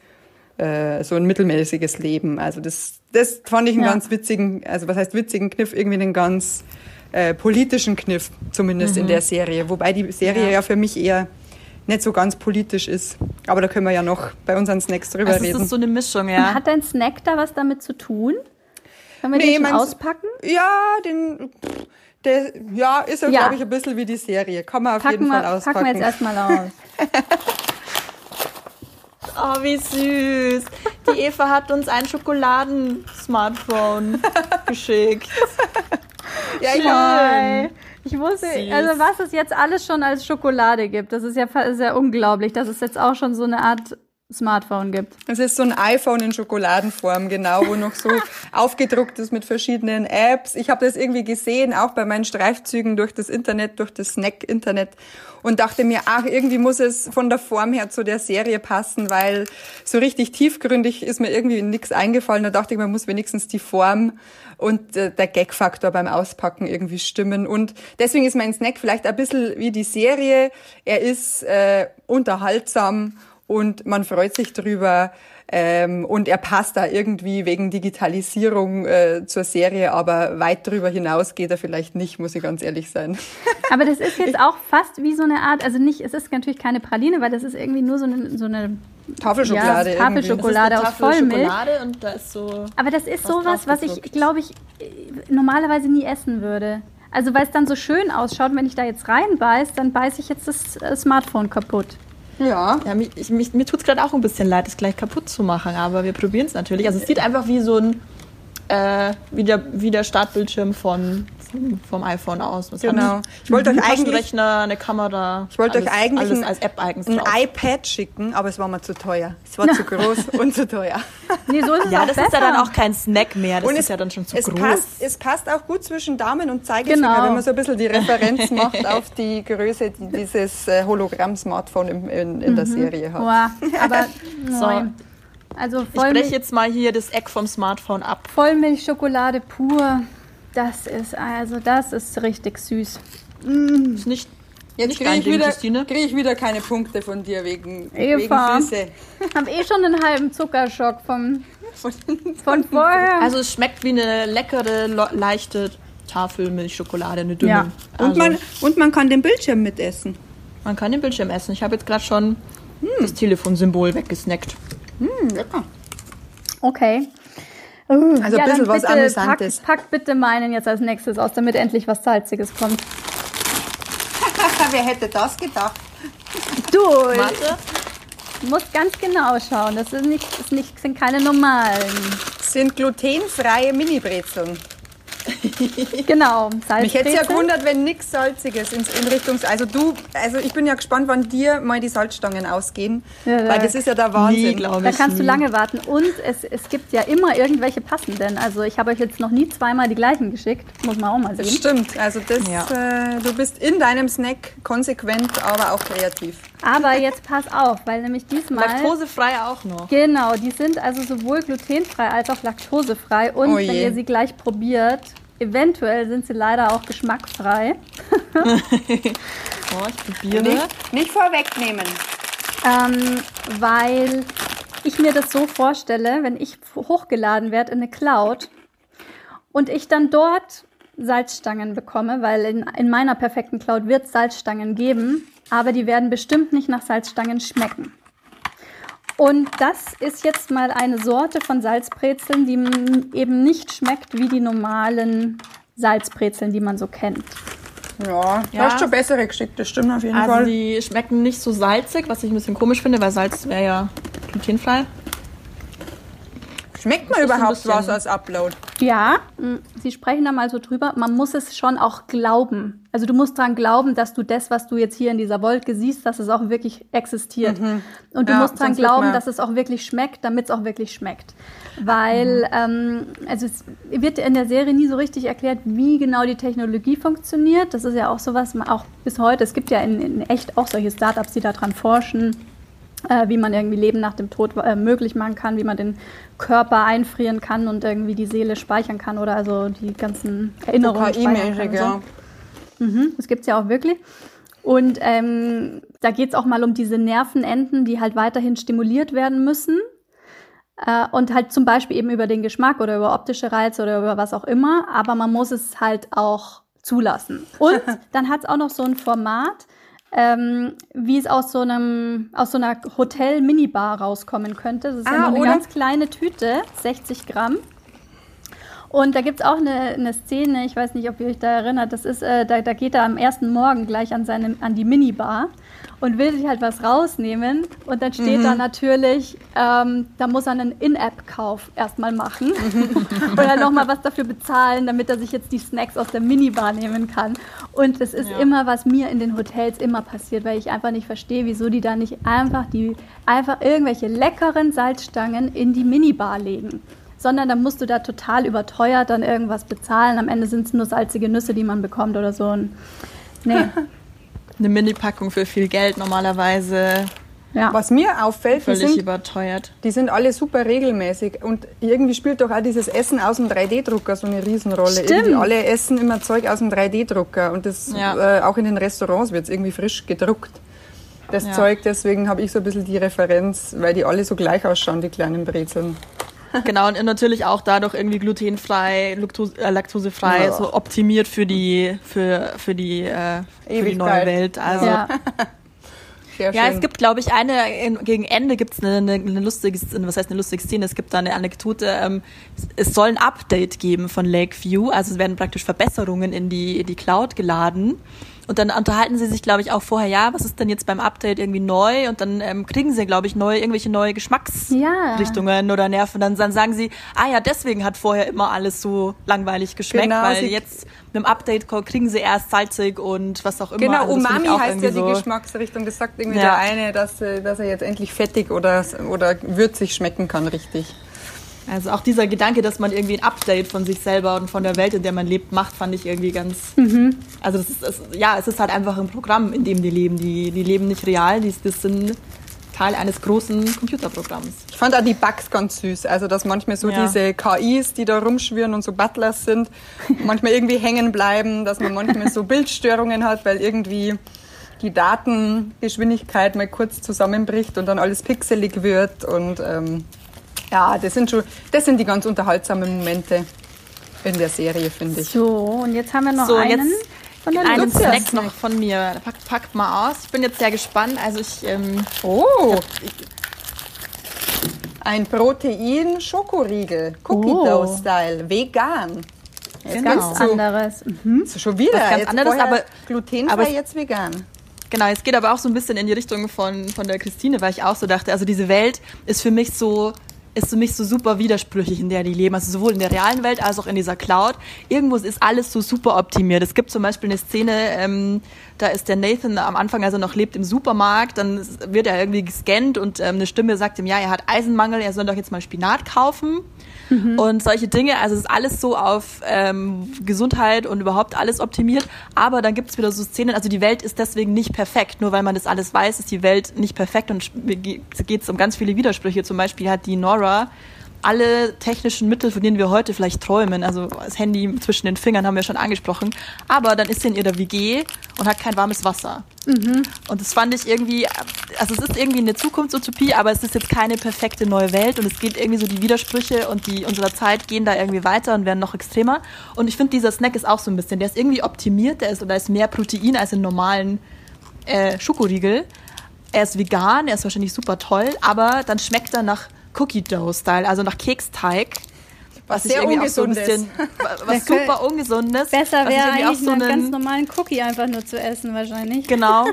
Leben. Also das fand ich einen ganz witzigen, also was heißt witzigen Kniff, irgendwie einen ganz politischen Kniff, zumindest in der Serie. Wobei die Serie ja für mich eher nicht so ganz politisch ist. Aber da können wir ja noch bei unseren Snacks drüber reden. Das ist so eine Mischung, ja. Und hat dein Snack da was damit zu tun? Können wir den schon auspacken? Ja, der ist ja, glaube ich, ein bisschen wie die Serie. Kann man auf jeden Fall auspacken. Packen wir jetzt erstmal aus. Oh, wie süß. Die Eva hat uns ein Schokoladen-Smartphone geschickt. Ja, ich wusste, also was es jetzt alles schon als Schokolade gibt, das ist ja sehr unglaublich, dass es jetzt auch schon so eine Art Smartphone gibt. Es ist so ein iPhone in Schokoladenform, genau, wo noch so aufgedruckt ist mit verschiedenen Apps. Ich habe das irgendwie gesehen, auch bei meinen Streifzügen durch das Internet, durch das Snack-Internet und dachte mir, irgendwie muss es von der Form her zu der Serie passen, weil so richtig tiefgründig ist mir irgendwie nichts eingefallen. Da dachte ich, man muss wenigstens die Form und der Gag-Faktor beim Auspacken irgendwie stimmen. Und deswegen ist mein Snack vielleicht ein bisschen wie die Serie. Er ist unterhaltsam und man freut sich drüber. Und er passt da irgendwie wegen Digitalisierung zur Serie, aber weit drüber hinaus geht er vielleicht nicht, muss ich ganz ehrlich sein. Aber das ist jetzt auch fast wie so eine Art, also nicht, es ist natürlich keine Praline, weil das ist irgendwie nur so eine Tafelschokolade. Ja, Tafelschokolade aus Vollmilch. Und da ist so aber das ist sowas, was ich, glaube ich, normalerweise nie essen würde. Also weil es dann so schön ausschaut, wenn ich da jetzt reinbeiß, dann beiße ich jetzt das Smartphone kaputt. Ja, mir tut es gerade auch ein bisschen leid, es gleich kaputt zu machen, aber wir probieren es natürlich. Also es sieht einfach wie so ein wie der Startbildschirm von vom iPhone aus. Was genau. Ich wollte euch eigentlich Rechner, eine Kamera. Ich wollte euch eigentlich alles als App ein iPad schicken, aber es war mir zu teuer. Es war zu groß und zu teuer. Nee, so ist es ja, auch das besser. ist ja dann auch kein Snack mehr. Das und ist ja dann schon zu groß. Es passt auch gut zwischen Daumen und Zeigefinger, wenn man so ein bisschen die Referenz macht auf die Größe, die dieses Hologramm-Smartphone in der Serie hat. Wow, aber so. Also ich breche jetzt mal hier das Eck vom Smartphone ab. Vollmilchschokolade pur. Das ist richtig süß. Ist nicht. Jetzt kriege ich wieder keine Punkte von dir wegen Süße. Ich habe schon einen halben Zuckerschock von vorher. Also es schmeckt wie eine leckere, leichte Tafel Milchschokolade, eine dünne. Ja. Und man kann den Bildschirm mitessen. Man kann den Bildschirm essen. Ich habe jetzt gerade schon das Telefonsymbol weggesnackt. Lecker. Okay. Also ein bisschen was Amüsantes. Pack bitte meinen jetzt als nächstes aus, damit endlich was Salziges kommt. Wer hätte das gedacht? Du Warte. musst ganz genau schauen. Das sind keine normalen. Das sind glutenfreie Mini-Brezeln. Genau, Salzbrezeln. Mich hätte es ja gewundert, wenn nichts Salziges in Richtung... Also ich bin ja gespannt, wann dir mal die Salzstangen ausgehen. Ja, weil das ist ja der Wahnsinn. Da kannst du lange warten. Und es gibt ja immer irgendwelche passenden. Also ich habe euch jetzt noch nie zweimal die gleichen geschickt. Muss man auch mal sehen. Das stimmt. Also du bist in deinem Snack konsequent, aber auch kreativ. Aber jetzt pass auf, weil nämlich diesmal... Laktosefrei auch noch. Genau, die sind also sowohl glutenfrei als auch laktosefrei. Und wenn ihr sie gleich probiert, eventuell sind sie leider auch geschmacksfrei. Ich probiere. Nicht vorwegnehmen. Weil ich mir das so vorstelle, wenn ich hochgeladen werde in eine Cloud und ich dann dort Salzstangen bekomme, weil in meiner perfekten Cloud wird es Salzstangen geben, aber die werden bestimmt nicht nach Salzstangen schmecken. Und das ist jetzt mal eine Sorte von Salzbrezeln, die eben nicht schmeckt wie die normalen Salzbrezeln, die man so kennt. Ja, du hast schon bessere geschickt, das stimmt auf jeden Fall. Also die schmecken nicht so salzig, was ich ein bisschen komisch finde, weil Salz wäre ja glutenfrei. Schmeckt man überhaupt was als Upload? Ja, Sie sprechen da mal so drüber. Man muss es schon auch glauben. Also du musst dran glauben, dass du das, was du jetzt hier in dieser Wolke siehst, dass es auch wirklich existiert. Und du musst dran glauben, dass es auch wirklich schmeckt, damit es auch wirklich schmeckt. Weil also es wird in der Serie nie so richtig erklärt, wie genau die Technologie funktioniert. Das ist ja auch sowas, auch bis heute. Es gibt ja in echt auch solche Startups, die daran forschen, wie man irgendwie Leben nach dem Tod möglich machen kann, wie man den Körper einfrieren kann und irgendwie die Seele speichern kann oder also die ganzen Erinnerungen speichern kann. Ja. Das gibt es ja auch wirklich. Und da geht es auch mal um diese Nervenenden, die halt weiterhin stimuliert werden müssen. Und halt zum Beispiel eben über den Geschmack oder über optische Reize oder über was auch immer. Aber man muss es halt auch zulassen. Und dann hat es auch noch so ein Format, wie es aus so einer Hotel-Minibar rauskommen könnte. Das ist ja nur eine ganz kleine Tüte, 60 Gramm. Und da gibt es auch eine Szene, ich weiß nicht, ob ihr euch da erinnert, das ist, da geht er am ersten Morgen gleich an die Minibar und will sich halt was rausnehmen. Und dann steht da natürlich, da muss er einen In-App-Kauf erstmal machen oder nochmal was dafür bezahlen, damit er sich jetzt die Snacks aus der Minibar nehmen kann. Und das ist immer, was mir in den Hotels immer passiert, weil ich einfach nicht verstehe, wieso die da nicht einfach irgendwelche leckeren Salzstangen in die Minibar legen. Sondern dann musst du da total überteuert dann irgendwas bezahlen. Am Ende sind es nur salzige Nüsse, die man bekommt oder so. Nee. Eine Mini-Packung für viel Geld normalerweise. Ja. Was mir auffällt, überteuert. Die sind alle super regelmäßig. Und irgendwie spielt doch auch dieses Essen aus dem 3D-Drucker so eine Riesenrolle. Irgendwie alle essen immer Zeug aus dem 3D-Drucker. Und das auch in den Restaurants wird es irgendwie frisch gedruckt. Das Zeug, deswegen habe ich so ein bisschen die Referenz, weil die alle so gleich ausschauen, die kleinen Brezeln. Genau, und natürlich auch dadurch irgendwie glutenfrei, laktosefrei, so optimiert für die neue Welt. Also es gibt, glaube ich, gegen Ende gibt es eine lustige, was heißt eine lustige Szene? Es gibt da eine Anekdote. Es soll ein Update geben von Lakeview, also es werden praktisch Verbesserungen in die Cloud geladen. Und dann unterhalten sie sich, glaube ich, auch vorher, ja, was ist denn jetzt beim Update irgendwie neu? Und dann kriegen sie, glaube ich, irgendwelche neue Geschmacksrichtungen oder Nerven. Dann sagen sie, ja, deswegen hat vorher immer alles so langweilig geschmeckt, genau, weil jetzt mit dem Update kriegen sie erst salzig und was auch immer. Genau, also Umami heißt ja so die Geschmacksrichtung. Das sagt irgendwie der eine, dass er jetzt endlich fettig oder würzig schmecken kann, richtig. Also auch dieser Gedanke, dass man irgendwie ein Update von sich selber und von der Welt, in der man lebt, macht, fand ich irgendwie ganz... Also es ist halt einfach ein Programm, in dem die leben. Die leben nicht real, das sind Teil eines großen Computerprogramms. Ich fand auch die Bugs ganz süß. Also dass manchmal so diese KIs, die da rumschwirren und so Butlers sind, manchmal irgendwie hängen bleiben, dass man manchmal so Bildstörungen hat, weil irgendwie die Datengeschwindigkeit mal kurz zusammenbricht und dann alles pixelig wird und... das sind die ganz unterhaltsamen Momente in der Serie, finde ich. So, und jetzt haben wir noch einen von der einen Snack noch von mir. Packt mal aus. Ich bin jetzt sehr gespannt. Also ein Protein-Schokoriegel. Cookie-Dough-Style. Vegan. Jetzt ganz anderes. So schon wieder. Was ganz anderes, aber glutenfrei, jetzt vegan. Genau, es geht aber auch so ein bisschen in die Richtung von der Christine, weil ich auch so dachte, also diese Welt ist für mich so super widersprüchlich, in der die leben. Also sowohl in der realen Welt als auch in dieser Cloud. Irgendwo ist alles so super optimiert. Es gibt zum Beispiel eine Szene, da ist der Nathan am Anfang, als er noch lebt, im Supermarkt. Dann wird er irgendwie gescannt und eine Stimme sagt ihm, er hat Eisenmangel, er soll doch jetzt mal Spinat kaufen. Und solche Dinge, also es ist alles so auf Gesundheit und überhaupt alles optimiert, aber dann gibt es wieder so Szenen, also die Welt ist deswegen nicht perfekt, nur weil man das alles weiß, ist die Welt nicht perfekt und geht es um ganz viele Widersprüche. Zum Beispiel hat die Nora alle technischen Mittel, von denen wir heute vielleicht träumen, also das Handy zwischen den Fingern haben wir schon angesprochen, aber dann ist sie in ihrer WG und hat kein warmes Wasser. Und das fand ich irgendwie, also es ist irgendwie eine Zukunftsutopie, aber es ist jetzt keine perfekte neue Welt und es geht irgendwie so, die Widersprüche und die unserer Zeit gehen da irgendwie weiter und werden noch extremer. Und ich finde, dieser Snack ist auch so ein bisschen, der ist irgendwie optimiert, da ist mehr Protein als in normalen Schokoriegel. Er ist vegan, er ist wahrscheinlich super toll, aber dann schmeckt er nach Cookie-Dough-Style, also nach Keksteig. Was sehr ungesund ist. Was super ungesundes. Besser wäre eigentlich einen ganz normalen Cookie einfach nur zu essen wahrscheinlich. Genau.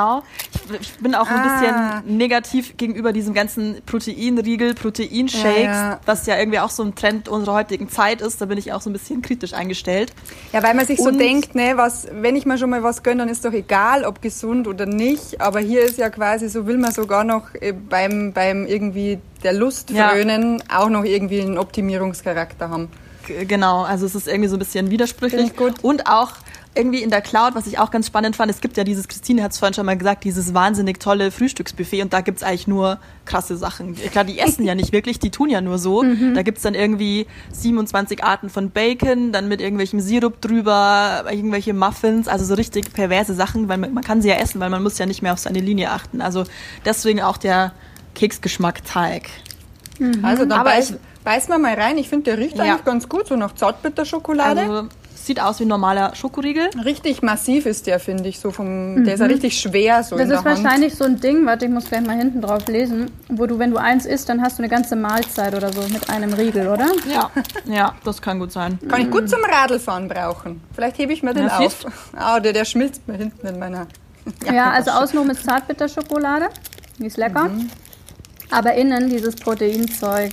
Ich bin auch ein bisschen negativ gegenüber diesem ganzen Proteinriegel, Proteinshakes, was ja irgendwie auch so ein Trend unserer heutigen Zeit ist. Da bin ich auch so ein bisschen kritisch eingeingestellt. Ja, weil man sich so denkt, wenn ich mir schon mal was gönne, dann ist doch egal, ob gesund oder nicht. Aber hier ist ja quasi, so will man sogar noch beim irgendwie der Lust frönen auch noch irgendwie einen Optimierungscharakter haben. Genau, also es ist irgendwie so ein bisschen widersprüchlich. Und auch irgendwie in der Cloud, was ich auch ganz spannend fand, es gibt ja Christine hat es vorhin schon mal gesagt, dieses wahnsinnig tolle Frühstücksbuffet und da gibt es eigentlich nur krasse Sachen. Klar, die essen ja nicht wirklich, die tun ja nur so. Da gibt es dann irgendwie 27 Arten von Bacon, dann mit irgendwelchem Sirup drüber, irgendwelche Muffins, also so richtig perverse Sachen, weil man kann sie ja essen, weil man muss ja nicht mehr auf seine Linie achten. Also deswegen auch der Keksgeschmack Teig. Also dann beißen wir mal rein. Ich finde, der riecht eigentlich ganz gut, so nach Zartbitterschokolade. Also sieht aus wie ein normaler Schokoriegel. Richtig massiv ist der, finde ich. So der ist ja richtig schwer so in der Hand. Das ist wahrscheinlich so ein Ding, warte, ich muss gleich mal hinten drauf lesen, wo du, wenn du eins isst, dann hast du eine ganze Mahlzeit oder so mit einem Riegel, oder? Ja, das kann gut sein. Kann ich gut zum Radlfahren brauchen. Vielleicht hebe ich mir den auf. Der schmilzt mir hinten in meiner Jackentasche. Ja, also außenrum ist Zartbitterschokolade. Die ist lecker. Aber innen dieses Proteinzeug,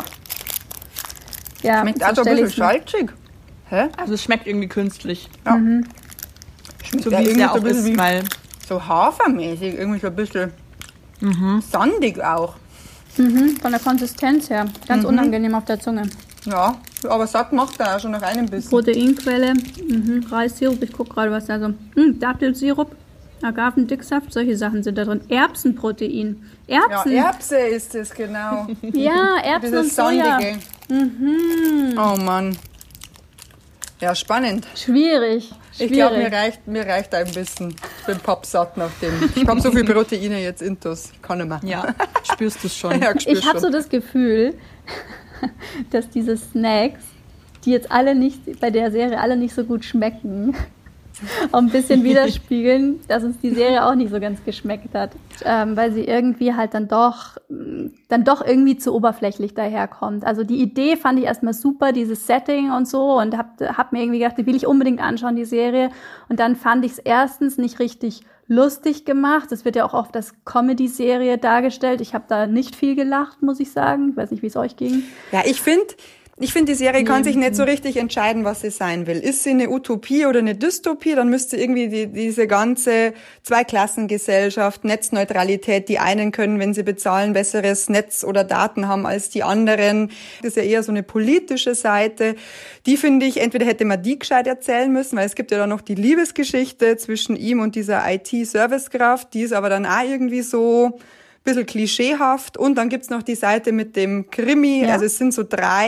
Ja, schmeckt auch so ein bisschen salzig. Hä? Also es schmeckt irgendwie künstlich. Ja. Schmeckt so wie es ja auch ist, weil so hafermäßig, irgendwie so ein bisschen sandig auch. Von der Konsistenz her. Ganz unangenehm auf der Zunge. Ja, aber satt macht er auch schon nach einem Bissen. Proteinquelle, Reissirup, ich gucke gerade, was da so... Dattelsirup, Agavendicksaft, solche Sachen sind da drin. Erbsenprotein. Erbsen. Ja, Erbse ist es, genau. Ja, Erbsen und Soja. Oh Mann. Ja, spannend. Schwierig. Ich glaube, mir reicht ein bisschen. Ich bin pappsatt nach dem. Ich habe so viel Proteine jetzt intus. Ich kann nicht mehr. Ja, spürst du es schon. Ja, ich habe so das Gefühl, dass diese Snacks, die jetzt alle nicht, bei der Serie alle nicht so gut schmecken, auch ein bisschen widerspiegeln, dass uns die Serie auch nicht so ganz geschmeckt hat, weil sie irgendwie halt dann doch irgendwie zu oberflächlich daherkommt. Also die Idee fand ich erstmal super, dieses Setting und so, und hab mir irgendwie gedacht, die will ich unbedingt anschauen, die Serie. Und dann fand ich es erstens nicht richtig lustig gemacht. Es wird ja auch oft als Comedy-Serie dargestellt. Ich habe da nicht viel gelacht, muss ich sagen. Ich weiß nicht, wie es euch ging. Ja, ich finde, die Serie kann sich nicht so richtig entscheiden, was sie sein will. Ist sie eine Utopie oder eine Dystopie? Dann müsste irgendwie diese ganze Zweiklassengesellschaft, Netzneutralität, die einen können, wenn sie bezahlen, besseres Netz oder Daten haben als die anderen. Das ist ja eher so eine politische Seite. Die finde ich, entweder hätte man die gescheit erzählen müssen, weil es gibt ja dann noch die Liebesgeschichte zwischen ihm und dieser IT-Servicekraft. Die ist aber dann auch irgendwie so bisschen klischeehaft, und dann gibt's noch die Seite mit dem Krimi, ja. Also es sind so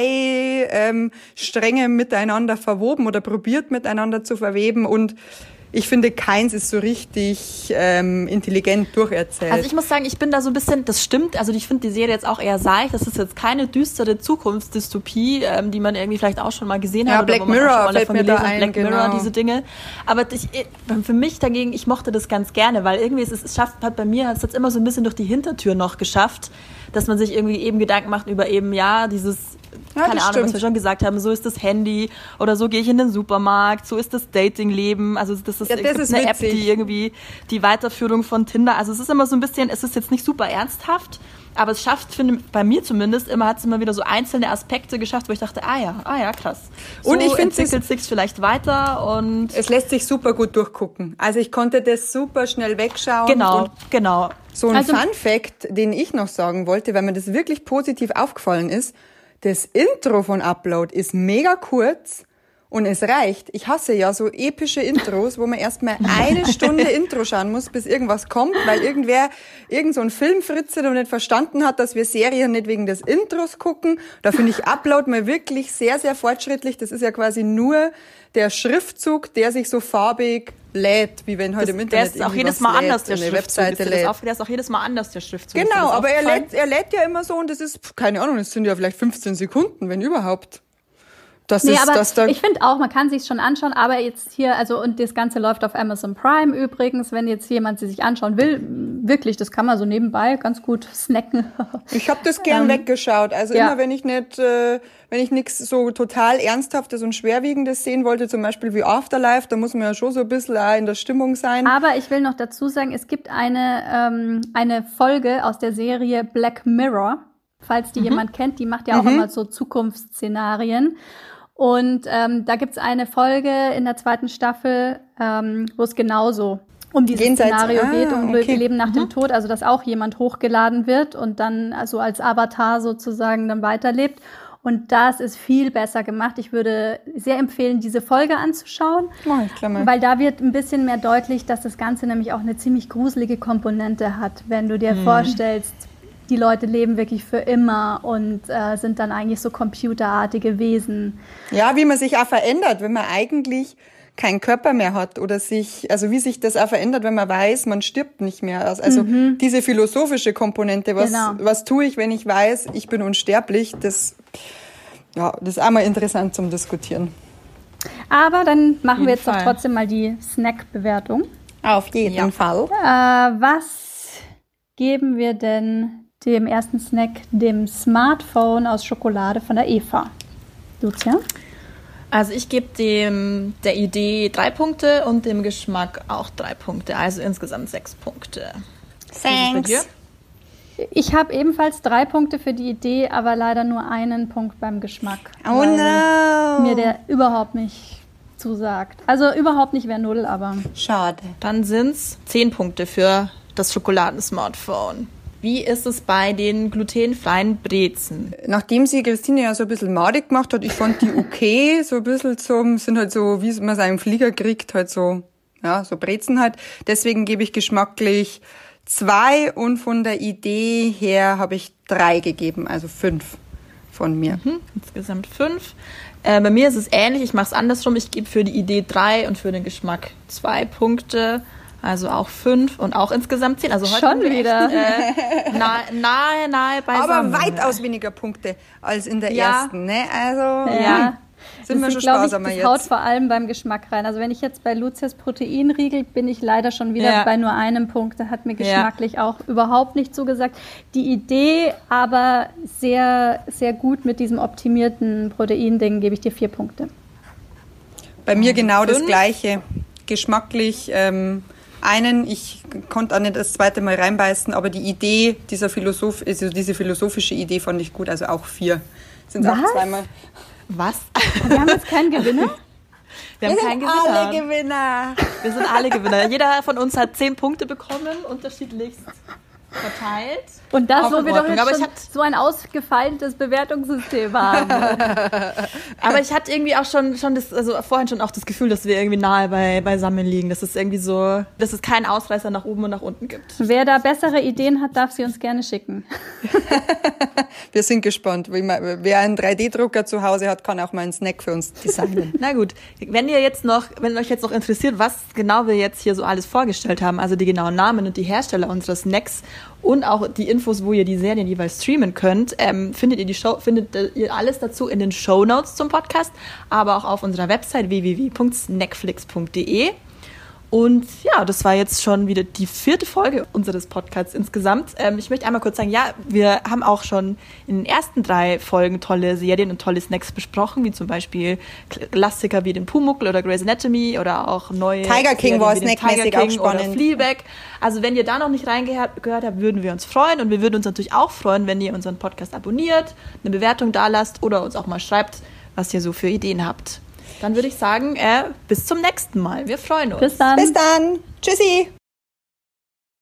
3 Stränge miteinander verwoben oder probiert miteinander zu verweben, und ich finde, keins ist so richtig intelligent durcherzählt. Also ich muss sagen, ich bin da so ein bisschen, das stimmt, also ich finde die Serie jetzt auch eher seicht, das ist jetzt keine düstere Zukunftsdystopie, die man irgendwie vielleicht auch schon mal gesehen hat. Black Mirror fällt mir da ein, Black Mirror, diese Dinge. Aber für mich dagegen, ich mochte das ganz gerne, weil irgendwie hat bei mir, es immer so ein bisschen durch die Hintertür noch geschafft, dass man sich irgendwie eben Gedanken macht über eben, dieses, keine Ahnung, was wir schon gesagt haben, so ist das Handy oder so gehe ich in den Supermarkt, so ist das Datingleben, also das ist eine App, die irgendwie die Weiterführung von Tinder, also es ist immer so ein bisschen, es ist jetzt nicht super ernsthaft, aber es schafft, finde bei mir zumindest, hat es immer wieder so einzelne Aspekte geschafft, wo ich dachte, krass. So und ich finde, entwickelt sich vielleicht weiter, und es lässt sich super gut durchgucken. Also ich konnte das super schnell wegschauen. Genau. So ein Fun-Fact, den ich noch sagen wollte, weil mir das wirklich positiv aufgefallen ist: Das Intro von Upload ist mega kurz und es reicht. Ich hasse ja so epische Intros, wo man erstmal 1 Stunde Intro schauen muss, bis irgendwas kommt, weil irgend so ein Filmfritze noch nicht verstanden hat, dass wir Serien nicht wegen des Intros gucken. Da finde ich Upload mal wirklich sehr, sehr fortschrittlich. Das ist ja quasi nur der Schriftzug, der sich so farbig lädt, wie wenn heute im Internet der ist auch jedes Mal anders, der Schriftzug. Der ist auch jedes Mal anders, der Schriftzug. Genau, aber er lädt ja immer so, und das ist, keine Ahnung, das sind ja vielleicht 15 Sekunden, wenn überhaupt. Ich finde auch, man kann sich schon anschauen, aber jetzt hier, also, und das Ganze läuft auf Amazon Prime übrigens, wenn jetzt jemand sie sich anschauen will, wirklich, das kann man so nebenbei ganz gut snacken. Ich habe das gern weggeschaut, also immer wenn ich nichts so total Ernsthaftes und Schwerwiegendes sehen wollte, zum Beispiel wie Afterlife, da muss man ja schon so ein bisschen auch in der Stimmung sein. Aber ich will noch dazu sagen, es gibt eine Folge aus der Serie Black Mirror, falls die jemand kennt, die macht ja auch immer so Zukunftsszenarien. Und da gibt's eine Folge in der 2. Staffel, wo es genauso um dieses Szenario geht, um Leben nach dem Tod, also dass auch jemand hochgeladen wird und dann also als Avatar sozusagen dann weiterlebt. Und das ist viel besser gemacht. Ich würde sehr empfehlen, diese Folge anzuschauen, weil da wird ein bisschen mehr deutlich, dass das Ganze nämlich auch eine ziemlich gruselige Komponente hat, wenn du dir vorstellst, die Leute leben wirklich für immer und sind dann eigentlich so computerartige Wesen. Ja, wie man sich auch verändert, wenn man eigentlich keinen Körper mehr hat oder also wie sich das auch verändert, wenn man weiß, man stirbt nicht mehr. Also diese philosophische Komponente, was tue ich, wenn ich weiß, ich bin unsterblich, das ist auch mal interessant zum Diskutieren. Aber dann machen wir jetzt doch trotzdem mal die Snack-Bewertung. Auf jeden Fall. Was geben wir denn dem ersten Snack, dem Smartphone aus Schokolade von der Eva? Lucia? Also ich gebe der Idee 3 Punkte und dem Geschmack auch 3 Punkte, also insgesamt 6 Punkte. Thanks. Ich habe ebenfalls 3 Punkte für die Idee, aber leider nur 1 Punkt beim Geschmack. Oh no! Mir der überhaupt nicht zusagt. Also überhaupt nicht wäre 0, aber... Schade. Dann sind es 10 Punkte für das Schokoladensmartphone. Wie ist es bei den glutenfreien Brezen? Nachdem sie Christine ja so ein bisschen madig gemacht hat, ich fand die okay, so ein bisschen sind halt so, wie man es einem Flieger kriegt, halt so, so Brezen halt. Deswegen gebe ich geschmacklich 2 und von der Idee her habe ich 3 gegeben, also 5 von mir. Insgesamt 5. Bei mir ist es ähnlich, ich mache es andersrum, ich gebe für die Idee 3 und für den Geschmack 2 Punkte. Also auch 5 und auch insgesamt 10. Also heute schon wieder. Nahe beisammen. Aber weitaus weniger Punkte als in der ersten. Ne? Also sind wir schon sparsamer jetzt. Das haut vor allem beim Geschmack rein. Also wenn ich jetzt bei Luzias Proteinriegel bin ich leider schon wieder bei nur einem Punkt. Da hat mir geschmacklich auch überhaupt nicht zugesagt. Die Idee aber sehr, sehr gut mit diesem optimierten Proteinding, gebe ich dir 4 Punkte. Bei mir genau 5. Das Gleiche. Geschmacklich ich konnte auch nicht das zweite Mal reinbeißen, aber die Idee, diese philosophische Idee fand ich gut, also auch 4. Sind es auch zweimal. Was? Wir haben jetzt keinen Gewinner? Wir sind alle Gewinner. Wir sind alle Gewinner. Jeder von uns hat 10 Punkte bekommen, unterschiedlichst verteilt. Und das, wo wir doch jetzt schon so ein ausgefeiltes Bewertungssystem haben. Aber ich hatte irgendwie auch schon vorhin schon auch das Gefühl, dass wir irgendwie nahe beisammen liegen. Dass es irgendwie so, dass es keinen Ausreißer nach oben und nach unten gibt. Wer da bessere Ideen hat, darf sie uns gerne schicken. Wir sind gespannt. Wer einen 3D-Drucker zu Hause hat, kann auch mal einen Snack für uns designen. Na gut, wenn euch jetzt noch interessiert, was genau wir jetzt hier so alles vorgestellt haben, also die genauen Namen und die Hersteller unserer Snacks und auch die Infos, wo ihr die Serien jeweils streamen könnt, findet ihr alles dazu in den Shownotes zum Podcast, aber auch auf unserer Website www.snackflix.de. Und ja, das war jetzt schon wieder die 4. Folge unseres Podcasts insgesamt. Ich möchte einmal kurz sagen, ja, wir haben auch schon in den ersten 3 Folgen tolle Serien und tolle Snacks besprochen, wie zum Beispiel Klassiker wie den Pumuckl oder Grey's Anatomy oder auch neue Tiger King war snackmäßig auch spannend. Oder Fleabag. Also wenn ihr da noch nicht reingehört habt, würden wir uns freuen. Und wir würden uns natürlich auch freuen, wenn ihr unseren Podcast abonniert, eine Bewertung dalasst oder uns auch mal schreibt, was ihr so für Ideen habt. Dann würde ich sagen, bis zum nächsten Mal. Wir freuen uns. Bis dann. Bis dann. Tschüssi.